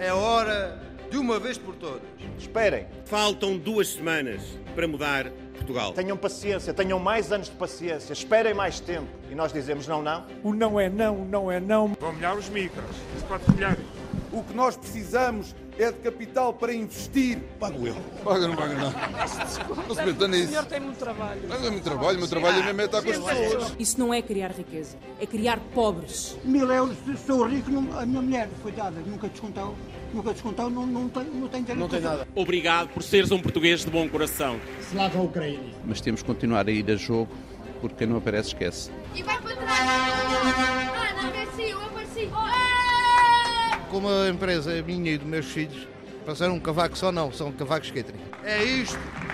É hora de uma vez por todas. Esperem. Faltam 2 semanas para mudar Portugal. Tenham paciência, tenham mais anos de paciência, esperem mais tempo. E nós dizemos não, não. O não é não, não é não. Vão molhar os micros. Isso pode molhar. O que nós precisamos é de capital para investir. Pago eu. Paga, não paga não. Não se meta nisso. O senhor tem muito trabalho. Não é muito trabalho, o meu trabalho é mesmo estar com as pessoas. Isso não é criar riqueza, é criar pobres. 1000 euros, sou rico, a minha mulher, coitada, nunca descontou, não tem dinheiro. Não tem nada. Obrigado por seres um português de bom coração. Slava a Ucrânia. Mas temos que continuar a ir a jogo, porque quem não aparece esquece. E vai para trás! Ana, apareci, eu apareci! Como a empresa é minha e dos meus filhos, para ser um cavaco só não, são cavacos catering. É isto